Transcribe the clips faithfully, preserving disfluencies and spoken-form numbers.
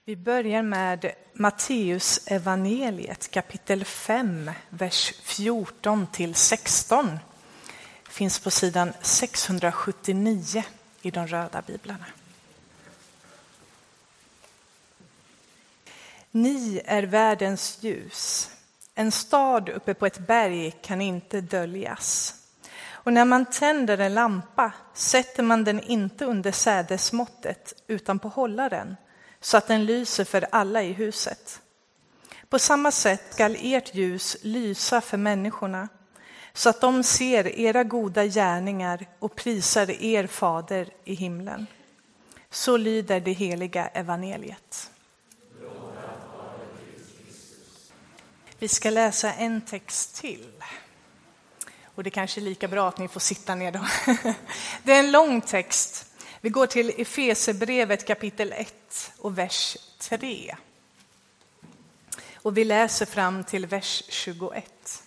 Vi börjar med Matteus evangeliet kapitel fem, vers fjorton till sexton. Finns på sidan sexhundrasjuttionio i de röda biblarna. Ni är världens ljus. En stad uppe på ett berg kan inte döljas. Och när man tänder en lampa sätter man den inte under sädesmåttet utan på hållaren, så att den lyser för alla i huset. På samma sätt skall ert ljus lysa för människorna, så att de ser era goda gärningar och prisar er fader i himlen. Så lyder det heliga evangeliet. Vi ska läsa en text till. Och det är kanske är lika bra att ni får sitta ner då. Det är en lång text. Vi går till Efesierbrevet kapitel ett och vers tre. Och vi läser fram till vers tjugoett.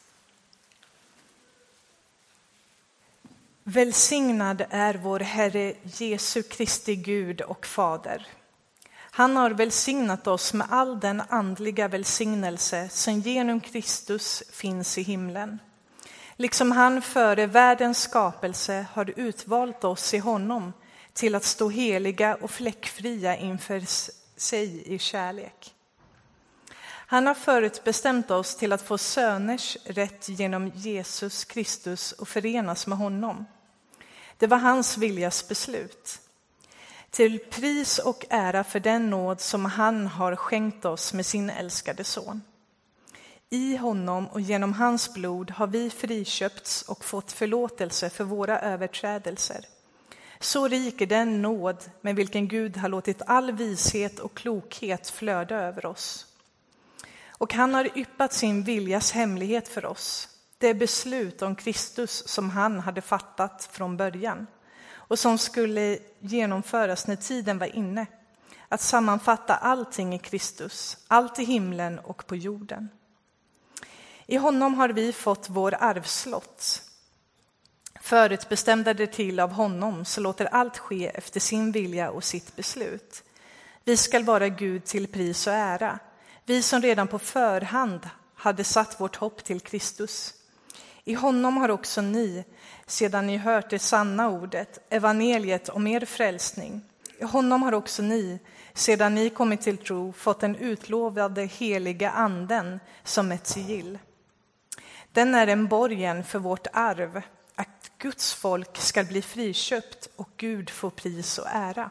Välsignad är vår Herre Jesu Kristi Gud och Fader. Han har välsignat oss med all den andliga välsignelse som genom Kristus finns i himlen. Liksom han före världens skapelse har utvalt oss i honom till att stå heliga och fläckfria inför sig i kärlek. Han har förutbestämt oss till att få söners rätt genom Jesus Kristus och förenas med honom. Det var hans viljas beslut. Till pris och ära för den nåd som han har skänkt oss med sin älskade son. I honom och genom hans blod har vi friköpts och fått förlåtelse för våra överträdelser. Så rik är den nåd med vilken Gud har låtit all vishet och klokhet flöda över oss. Och han har yppat sin viljas hemlighet för oss. Det beslut om Kristus som han hade fattat från början och som skulle genomföras när tiden var inne. Att sammanfatta allting i Kristus, allt i himlen och på jorden. I honom har vi fått vår arvslott. Förutbestämda det till av honom, så låter allt ske efter sin vilja och sitt beslut. Vi skall vara Gud till pris och ära. Vi som redan på förhand hade satt vårt hopp till Kristus. I honom har också ni, sedan ni hört det sanna ordet, evangeliet om er frälsning. I honom har också ni, sedan ni kommit till tro, fått den utlovade heliga anden som ett sigill. Den är en borgen för vårt arv, att Guds folk ska bli friköpt och Gud få pris och ära.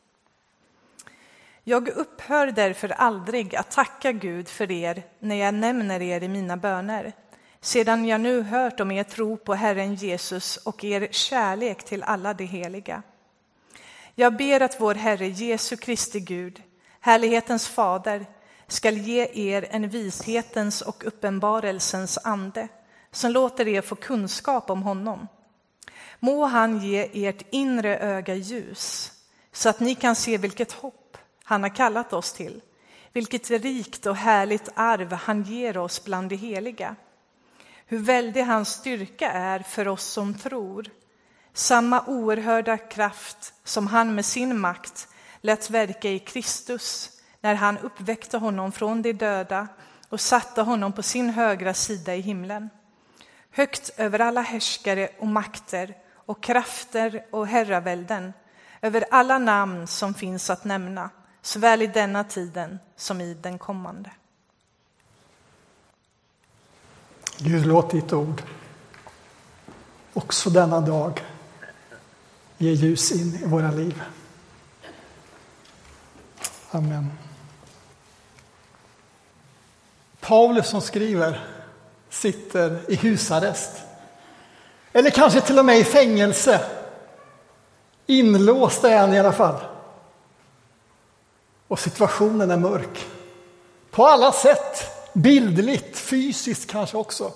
Jag upphör därför aldrig att tacka Gud för er när jag nämner er i mina böner, sedan jag nu hört om er tro på Herren Jesus och er kärlek till alla de heliga. Jag ber att vår Herre Jesu Kristi Gud, härlighetens fader, skall ge er en vishetens och uppenbarelsens ande, som låter er få kunskap om honom. Må han ge ert inre öga ljus, så att ni kan se vilket hopp han har kallat oss till, vilket rikt och härligt arv han ger oss bland de heliga. Hur väldig hans styrka är för oss som tror. Samma oerhörda kraft som han med sin makt lät verka i Kristus när han uppväckte honom från de döda och satte honom på sin högra sida i himlen. Högt över alla härskare och makter och krafter och herravälden, över alla namn som finns att nämna, såväl i denna tiden som i den kommande. Gud, låt ditt ord också denna dag ge ljus in i våra liv. Amen. Paulus som skriver sitter i husarrest. Eller kanske till och med i fängelse. Inlåst är han i alla fall. Och situationen är mörk. På alla sätt. Bildligt, fysiskt kanske också.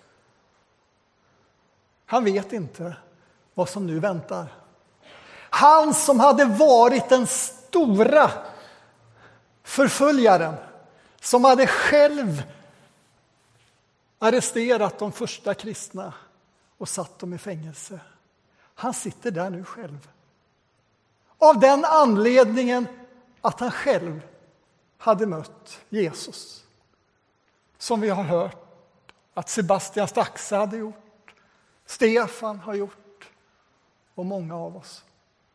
Han vet inte vad som nu väntar. Han som hade varit den stora förföljaren, som hade själv arresterat de första kristna och satt dem i fängelse. Han sitter där nu själv. Av den anledningen att han själv hade mött Jesus. Som vi har hört att Sebastian Staxa hade gjort, Stefan har gjort och många av oss.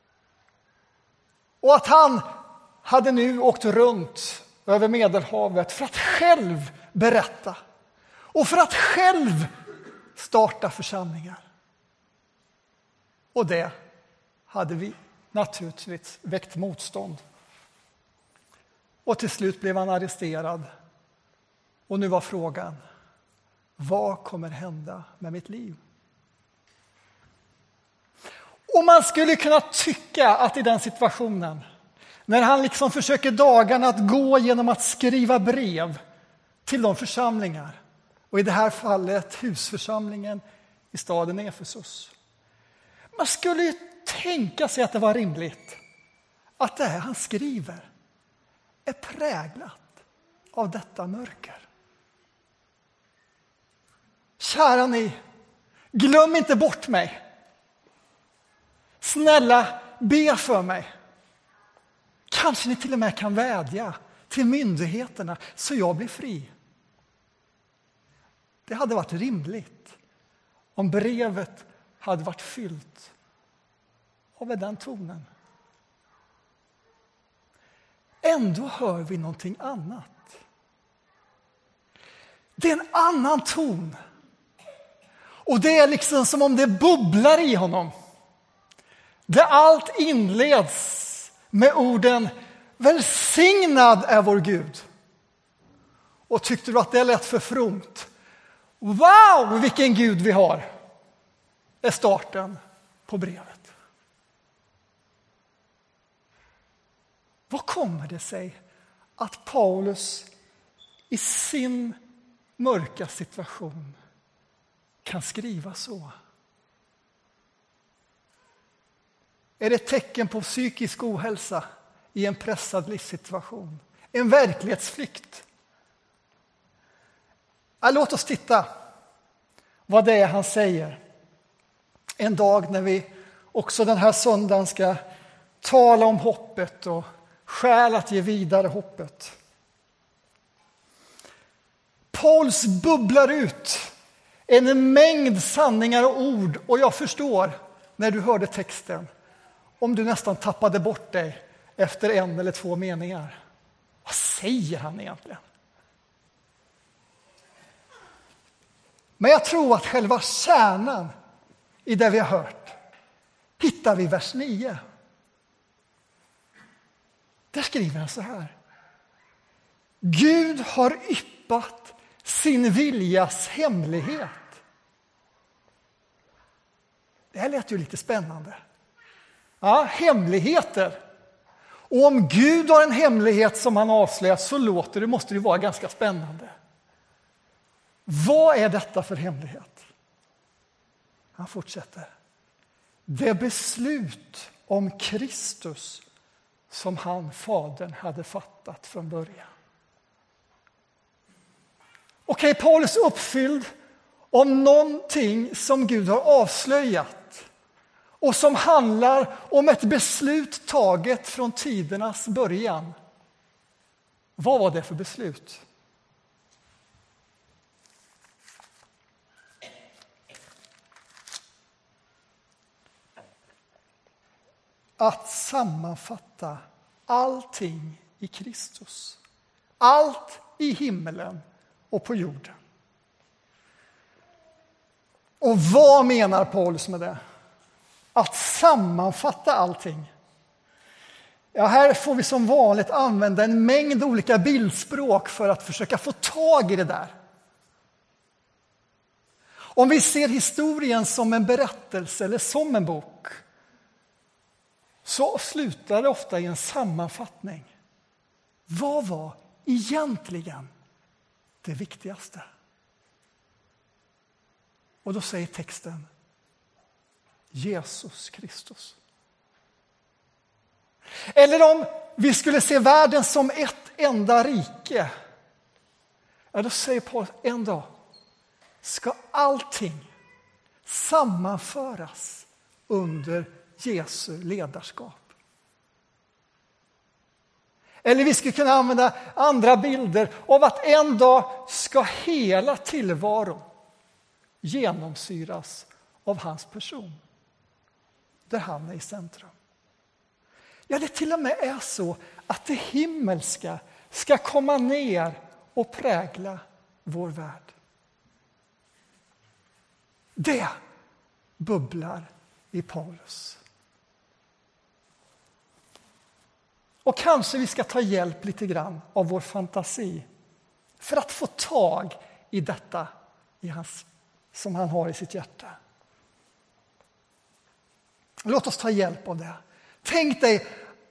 Och att han hade nu åkt runt över Medelhavet för att själv berätta och för att själv starta församlingar. Och det hade vi naturligtvis väckt motstånd. Och till slut blev han arresterad. Och nu var frågan, vad kommer hända med mitt liv? Och man skulle kunna tycka att i den situationen, när han liksom försöker dagarna att gå genom att skriva brev till de församlingar, och i det här fallet husförsamlingen i staden Efesus. Man skulle ju tänka sig att det var rimligt att det här han skriver är präglat av detta mörker. Kära ni, glöm inte bort mig. Snälla, be för mig. Kanske ni till och med kan vädja till myndigheterna så jag blir fri. Det hade varit rimligt om brevet hade varit fyllt av den tonen. Ändå hör vi någonting annat. Det är en annan ton. Och det är liksom som om det bubblar i honom. Där allt inleds med orden välsignad är vår Gud. Och tyckte du att det lät för fromt? Wow, vilken Gud vi har! Är starten på brevet. Vad kommer det sig att Paulus i sin mörka situation kan skriva så? Är det ett tecken på psykisk ohälsa i en pressad livssituation? En verklighetsflykt? Ja, låt oss titta vad det är han säger. En dag när vi också den här söndagen ska tala om hoppet och skäl att ge vidare hoppet. Pauls bubblar ut en mängd sanningar och ord, och jag förstår när du hörde texten om du nästan tappade bort dig efter en eller två meningar. Vad säger han egentligen? Men jag tror att själva kärnan i det vi har hört hittar vi i vers nio. Där skriver han så här. Gud har yppat sin viljas hemlighet. Det här lät ju lite spännande. Ja, hemligheter. Och om Gud har en hemlighet som han avslöjar så låter det, måste det vara ganska spännande. Vad är detta för hemlighet? Han fortsätter. Det beslut om Kristus som han, fadern, hade fattat från början. Okej, Paulus är uppfylld om någonting som Gud har avslöjat och som handlar om ett beslut taget från tidernas början. Vad var det för beslut? Att sammanfatta allting i Kristus. Allt i himmelen och på jorden. Och vad menar Paulus med det? Att sammanfatta allting. Ja, här får vi som vanligt använda en mängd olika bildspråk för att försöka få tag i det där. Om vi ser historien som en berättelse eller som en bok, så slutar det ofta i en sammanfattning. Vad var egentligen det viktigaste? Och då säger texten Jesus Kristus. Eller om vi skulle se världen som ett enda rike. Ja, då säger Paulus, en dag ska allting sammanföras under Jesu ledarskap. Eller vi skulle kunna använda andra bilder av att en dag ska hela tillvaron genomsyras av hans person. Där han är i centrum. Ja, det till och med är så att det himmelska ska komma ner och prägla vår värld. Det bubblar i Paulus. Och kanske vi ska ta hjälp lite grann av vår fantasi för att få tag i detta i hans, som han har i sitt hjärta. Låt oss ta hjälp av det. Tänk dig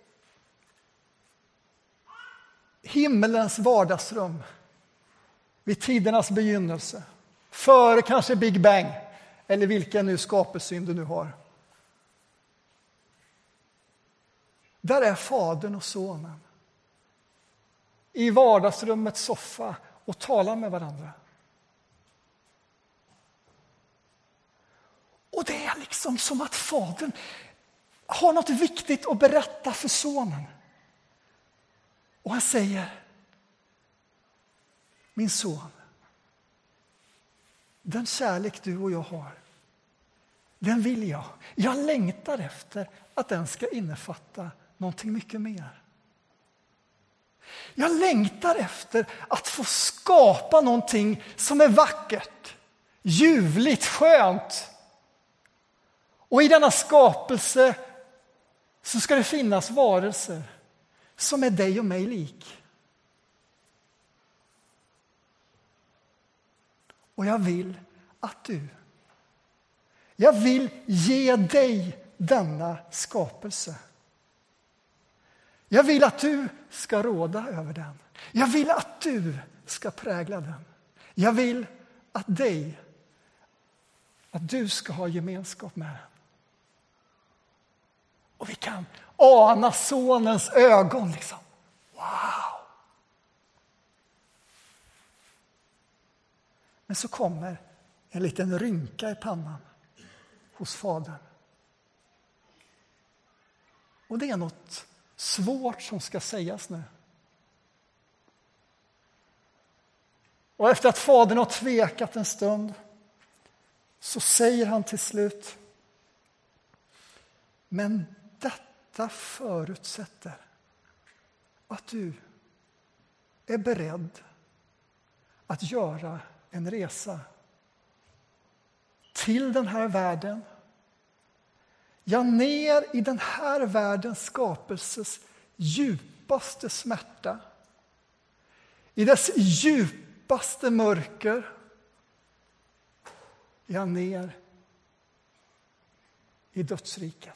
himmelens vardagsrum vid tidernas begynnelse. Före kanske Big Bang eller vilken nu skapelsyn du nu har. Där är fadern och sonen i vardagsrummets soffa och talar med varandra. Och det är liksom som att fadern har något viktigt att berätta för sonen. Och han säger: min son, den kärlek du och jag har, den vill jag. Jag längtar efter att den ska innefatta någonting mycket mer. Jag längtar efter att få skapa någonting som är vackert, ljuvligt, skönt. Och i denna skapelse så ska det finnas varelser som är dig och mig lik. Och jag vill att du, jag vill ge dig denna skapelse. Jag vill att du ska råda över den. Jag vill att du ska prägla den. Jag vill att dig, att du ska ha gemenskap med den. Och vi kan ana sonens ögon liksom. Wow! Men så kommer en liten rynka i pannan hos fadern. Och det är något svårt som ska sägas nu. Och efter att fadern har tvekat en stund så säger han till slut: men detta förutsätter att du är beredd att göra en resa till den här världen. Ja, ner i den här världens skapelses djupaste smärta. I dess djupaste mörker. Ja, ner i dödsriket.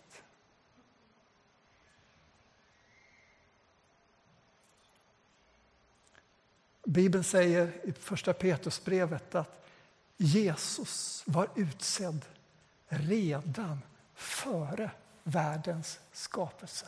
Bibeln säger i första Petrusbrevet att Jesus var utsedd redan före världens skapelse.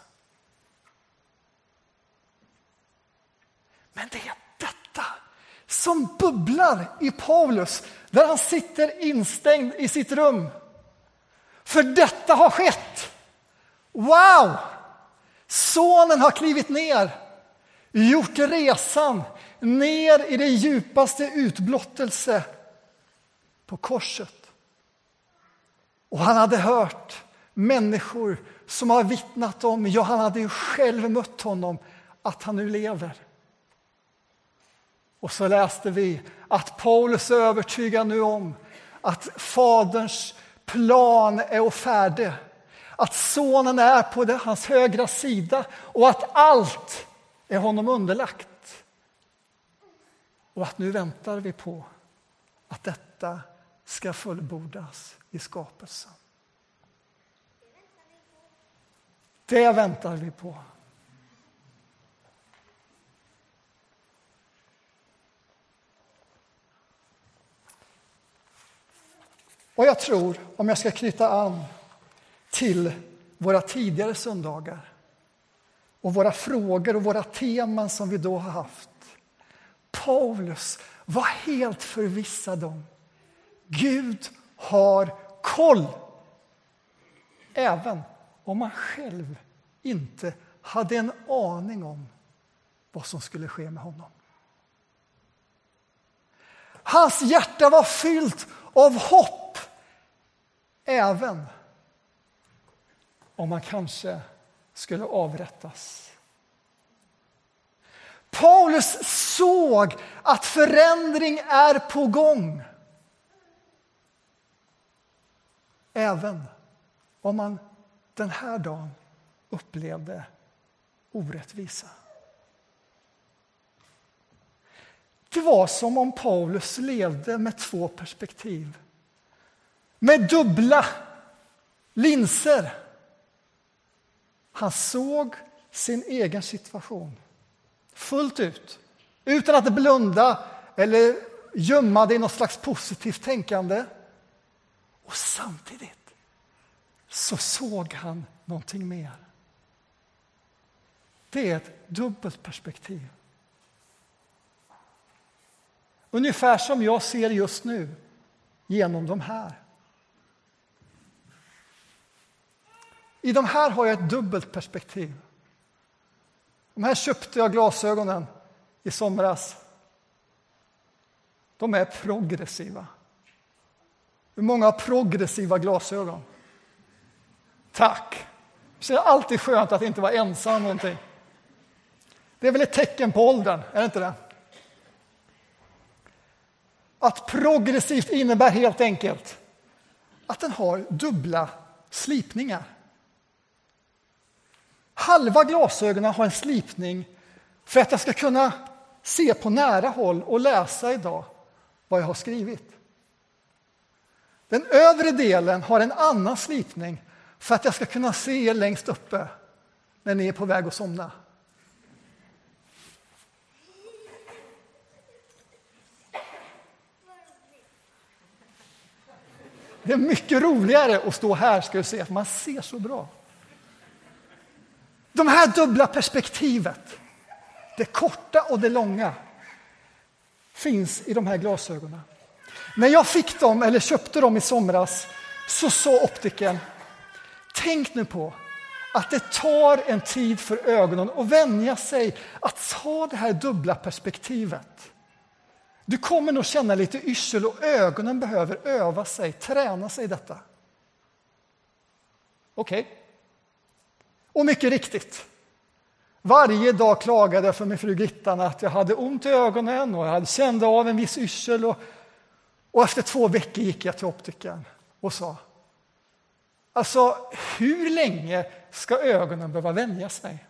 Men det är detta som bubblar i Paulus där han sitter instängd i sitt rum. För detta har skett. Wow! Sonen har klivit ner, gjort resan ner i det djupaste utblottelse på korset. Och han hade hört människor som har vittnat om, ja, han hade ju själv mött honom, att han nu lever. Och så läste vi att Paulus är övertygad nu om att faderns plan är färdig. Att sonen är på det, hans högra sida och att allt är honom underlagt. Och att nu väntar vi på att detta ska fullbordas i skapelsen. Det väntar vi på. Och jag tror, om jag ska knyta an till våra tidigare söndagar och våra frågor och våra teman som vi då har haft. Paulus var helt förvissad om Gud har koll. Även om man själv inte hade en aning om vad som skulle ske med honom. Hans hjärta var fyllt av hopp, även om han kanske skulle avrättas. Paulus såg att förändring är på gång. Även om man den här dagen upplevde orättvisa. Det var som om Paulus levde med två perspektiv. Med dubbla linser. Han såg sin egen situation fullt ut. Utan att blunda eller gömma det i något slags positivt tänkande. Och samtidigt så såg han någonting mer. Det är ett dubbelt perspektiv. Ungefär som jag ser just nu genom de här. I de här har jag ett dubbelt perspektiv. De här köpte jag glasögonen i somras. De är progressiva. Hur många har progressiva glasögon? Tack. Det är alltid skönt att inte vara ensam någonting. Det är väl ett tecken på åldern, är det inte det? Att progressivt innebär helt enkelt att den har dubbla slipningar. Halva glasögonen har en slipning för att jag ska kunna se på nära håll och läsa idag vad jag har skrivit. Den övre delen har en annan slipning för att jag ska kunna se er längst uppe när ni är på väg att somna. Det är mycket roligare att stå här, ska du se, för man ser så bra. De här dubbla perspektivet, det korta och det långa, finns i de här glasögonen. När jag fick dem eller köpte dem i somras så sa optiken, tänk nu på att det tar en tid för ögonen att vänja sig att ha det här dubbla perspektivet. Du kommer nog känna lite yrsel och ögonen behöver öva sig, träna sig i detta. Okej. Okay. Och mycket riktigt. Varje dag klagade jag för min fru Gittan att jag hade ont i ögonen och jag hade kände av en viss yrsel. Och, och efter två veckor gick jag till optiken och sa, alltså hur länge ska ögonen behöva vänja sig?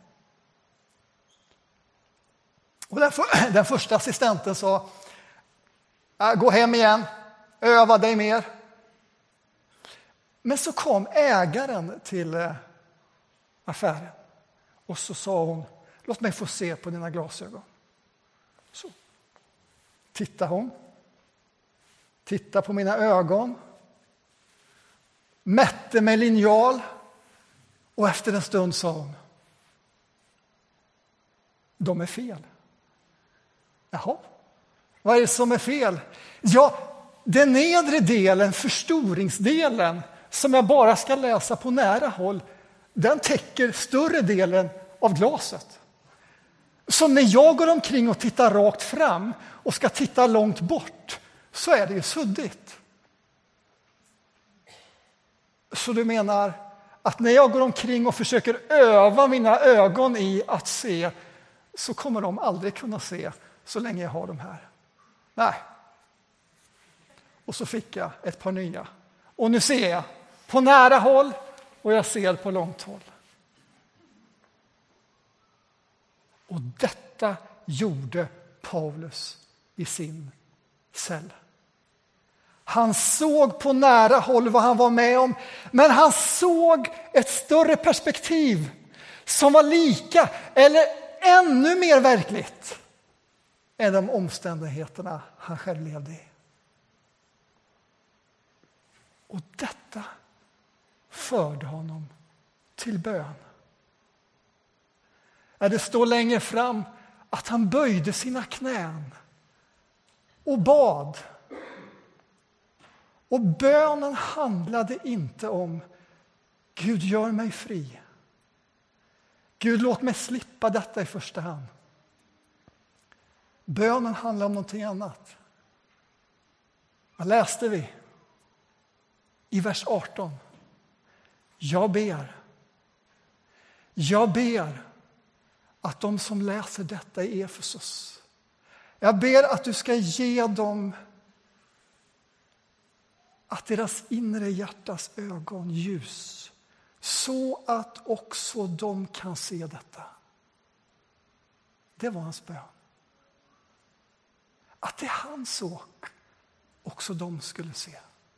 Och den, för, den första assistenten sa, gå hem igen, öva dig mer. Men så kom ägaren till affären och så sa hon, låt mig få se på dina glasögon. Så tittar hon, tittar på mina ögon, mätte med linjal och efter en stund sa hon, de är fel. Jaha. Vad är det som är fel? Ja, den nedre delen, förstoringsdelen, som jag bara ska läsa på nära håll, den täcker större delen av glaset. Så när jag går omkring och tittar rakt fram och ska titta långt bort så är det ju suddigt. Så du menar att när jag går omkring och försöker öva mina ögon i att se så kommer de aldrig kunna se så länge jag har de här. Nej. Och så fick jag ett par nya. Och nu ser jag på nära håll och jag ser på långt håll. Och detta gjorde Paulus i sin cell. Han såg på nära håll vad han var med om, men han såg ett större perspektiv som var lika eller ännu mer verkligt än de omständigheterna han själv levde i. Och detta förde honom till bön. Det står längre fram att han böjde sina knän och bad. Och bönen handlade inte om Gud, gör mig fri. Gud, låt mig slippa detta i första hand. Bönen handlar om någonting annat. Vad läste vi? I vers arton. Jag ber. Jag ber att de som läser detta i Efesus, jag ber att du ska ge dem att deras inre hjärtas ögon ljus, så att också de kan se detta. Det var hans bön. Att det han såg, också de skulle se.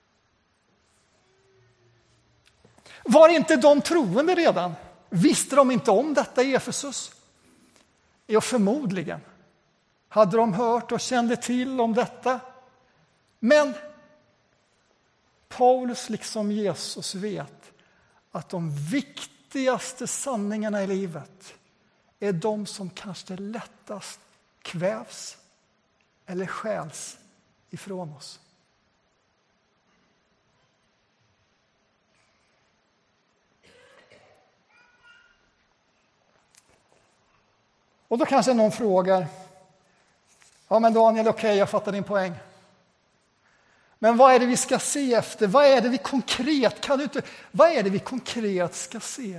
Var inte de troende redan? Visste de inte om detta i Efesus? Ja, förmodligen hade de hört och kände till om detta. Men Paulus liksom Jesus vet att de viktigaste sanningarna i livet är de som kanske lättast kvävs eller stjäls ifrån oss. Och då kanske någon frågar, ja men Daniel, okej, okay, jag fattar din poäng. Men vad är det vi ska se efter? Vad är det vi konkret kan du inte, vad är det vi konkret ska se?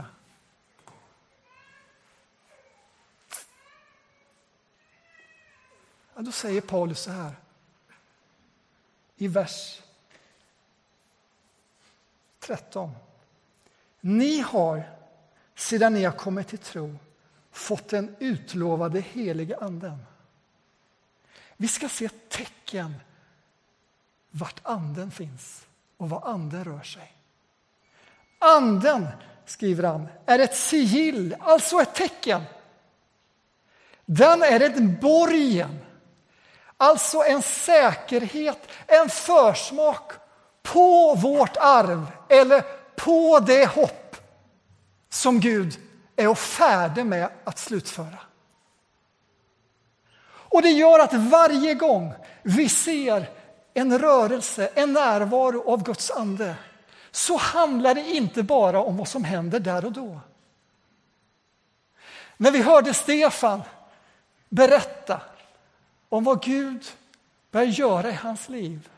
Ja, då säger Paulus så här i vers tretton. Ni har, sedan ni har kommit till tro, fått den utlovade heliga anden. Vi ska se tecken vart anden finns och var anden rör sig. Anden, skriver han, är ett sigill, alltså ett tecken. Den är ett borgen, alltså en säkerhet, en försmak på vårt arv eller på det hopp som Gud är och färdig med att slutföra. Och det gör att varje gång vi ser en rörelse, en närvaro av Guds ande, så handlar det inte bara om vad som händer där och då. När vi hörde Stefan berätta om vad Gud börjar göra i hans liv,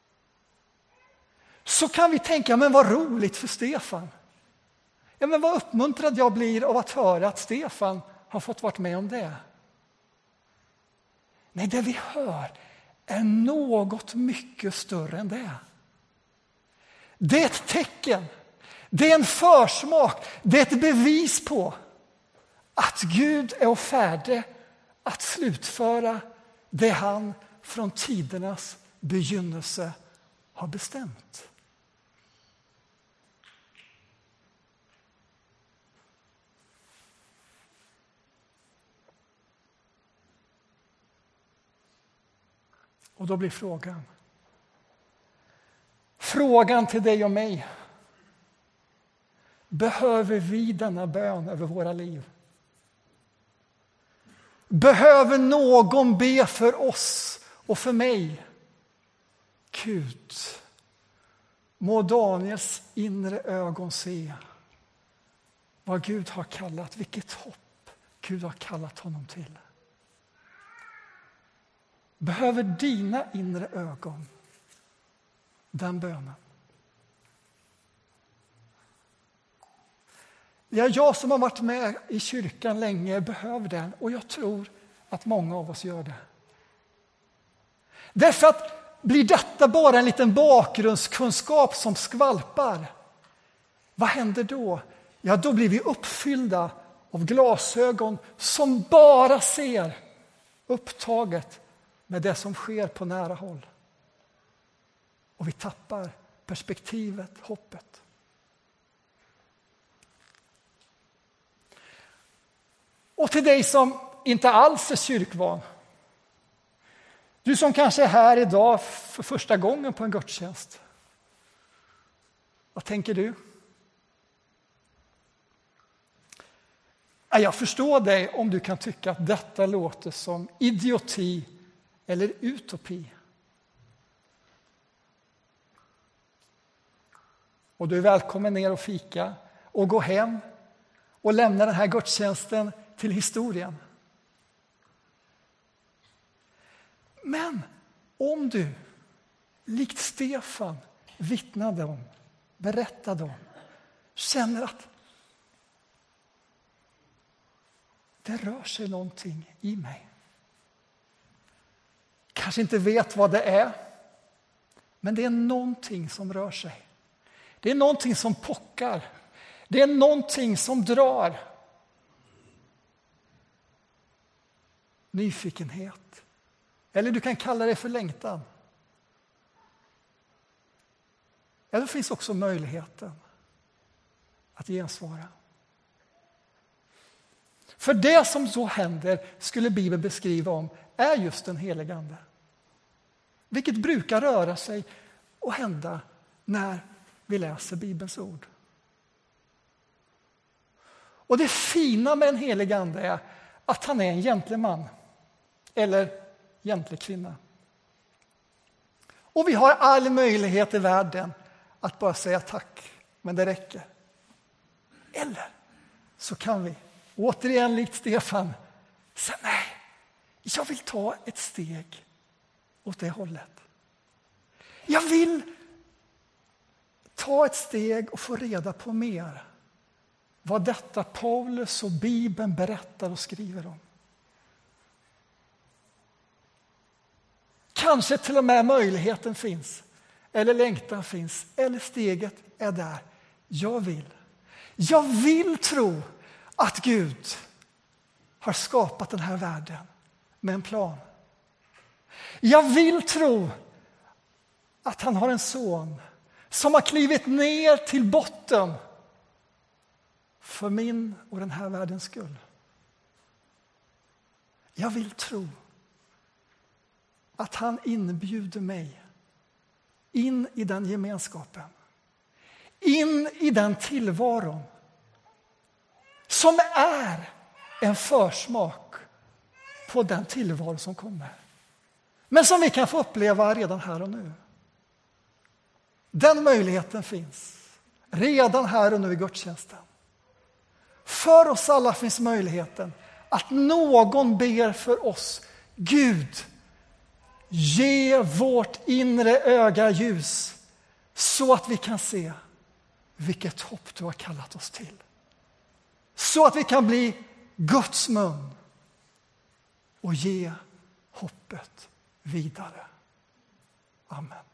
så kan vi tänka, men vad roligt för Stefan. Ja, men vad uppmuntrad jag blir av att höra att Stefan har fått varit med om det. Nej, det vi hör är något mycket större än det. Det är ett tecken, det är en försmak, det är ett bevis på att Gud är färdig att slutföra det han från tidernas begynnelse har bestämt. Och då blir frågan, frågan till dig och mig, behöver vi denna bön över våra liv? Behöver någon be för oss och för mig? Gud, må Daniels inre ögon se vad Gud har kallat, vilket hopp Gud har kallat honom till. Behöver dina inre ögon den bönen? Ja, jag som har varit med i kyrkan länge behöver den, och jag tror att många av oss gör det. Därför att blir detta bara en liten bakgrundskunskap som skvalpar, vad händer då? Ja, då blir vi uppfyllda av glasögon som bara ser upptaget med det som sker på nära håll. Och vi tappar perspektivet, hoppet. Och till dig som inte alls är kyrkvan, du som kanske är här idag för första gången på en gudstjänst, vad tänker du? Jag förstår dig om du kan tycka att detta låter som idioti eller utopi. Och du är välkommen ner och fika och gå hem och lämna den här gudstjänsten till historien. Men om du, likt Stefan, vittnade om, berättade om, känner att det rör sig någonting i mig. Kanske inte vet vad det är, men det är någonting som rör sig. Det är någonting som pockar. Det är någonting som drar. Nyfikenhet. Eller du kan kalla det för längtan. Eller finns också möjligheten att gensvara. För det som så händer skulle Bibeln beskriva om är just den helige Ande. Vilket brukar röra sig och hända när vi läser Bibelns ord. Och det fina med en helig ande är att han är en gentleman eller gentle kvinna. Och vi har all möjlighet i världen att bara säga tack, men det räcker. Eller så kan vi, återigen likt Stefan, säga nej, jag vill ta ett steg åt det hållet. Jag vill ta ett steg och få reda på mer vad detta Paulus och Bibeln berättar och skriver om. Kanske till och med möjligheten finns, eller längtan finns, eller steget är där. Jag vill. Jag vill tro att Gud har skapat den här världen med en plan. Jag vill tro att han har en son som har klivit ner till botten för min och den här världens skull. Jag vill tro att han inbjuder mig in i den gemenskapen. In i den tillvaron som är en försmak på den tillvaro som kommer. Men som vi kan få uppleva redan här och nu. Den möjligheten finns redan här och nu i gudstjänsten. För oss alla finns möjligheten att någon ber för oss. Gud, ge vårt inre öga ljus så att vi kan se vilket hopp du har kallat oss till. Så att vi kan bli Guds mun och ge hoppet vidare. Amen.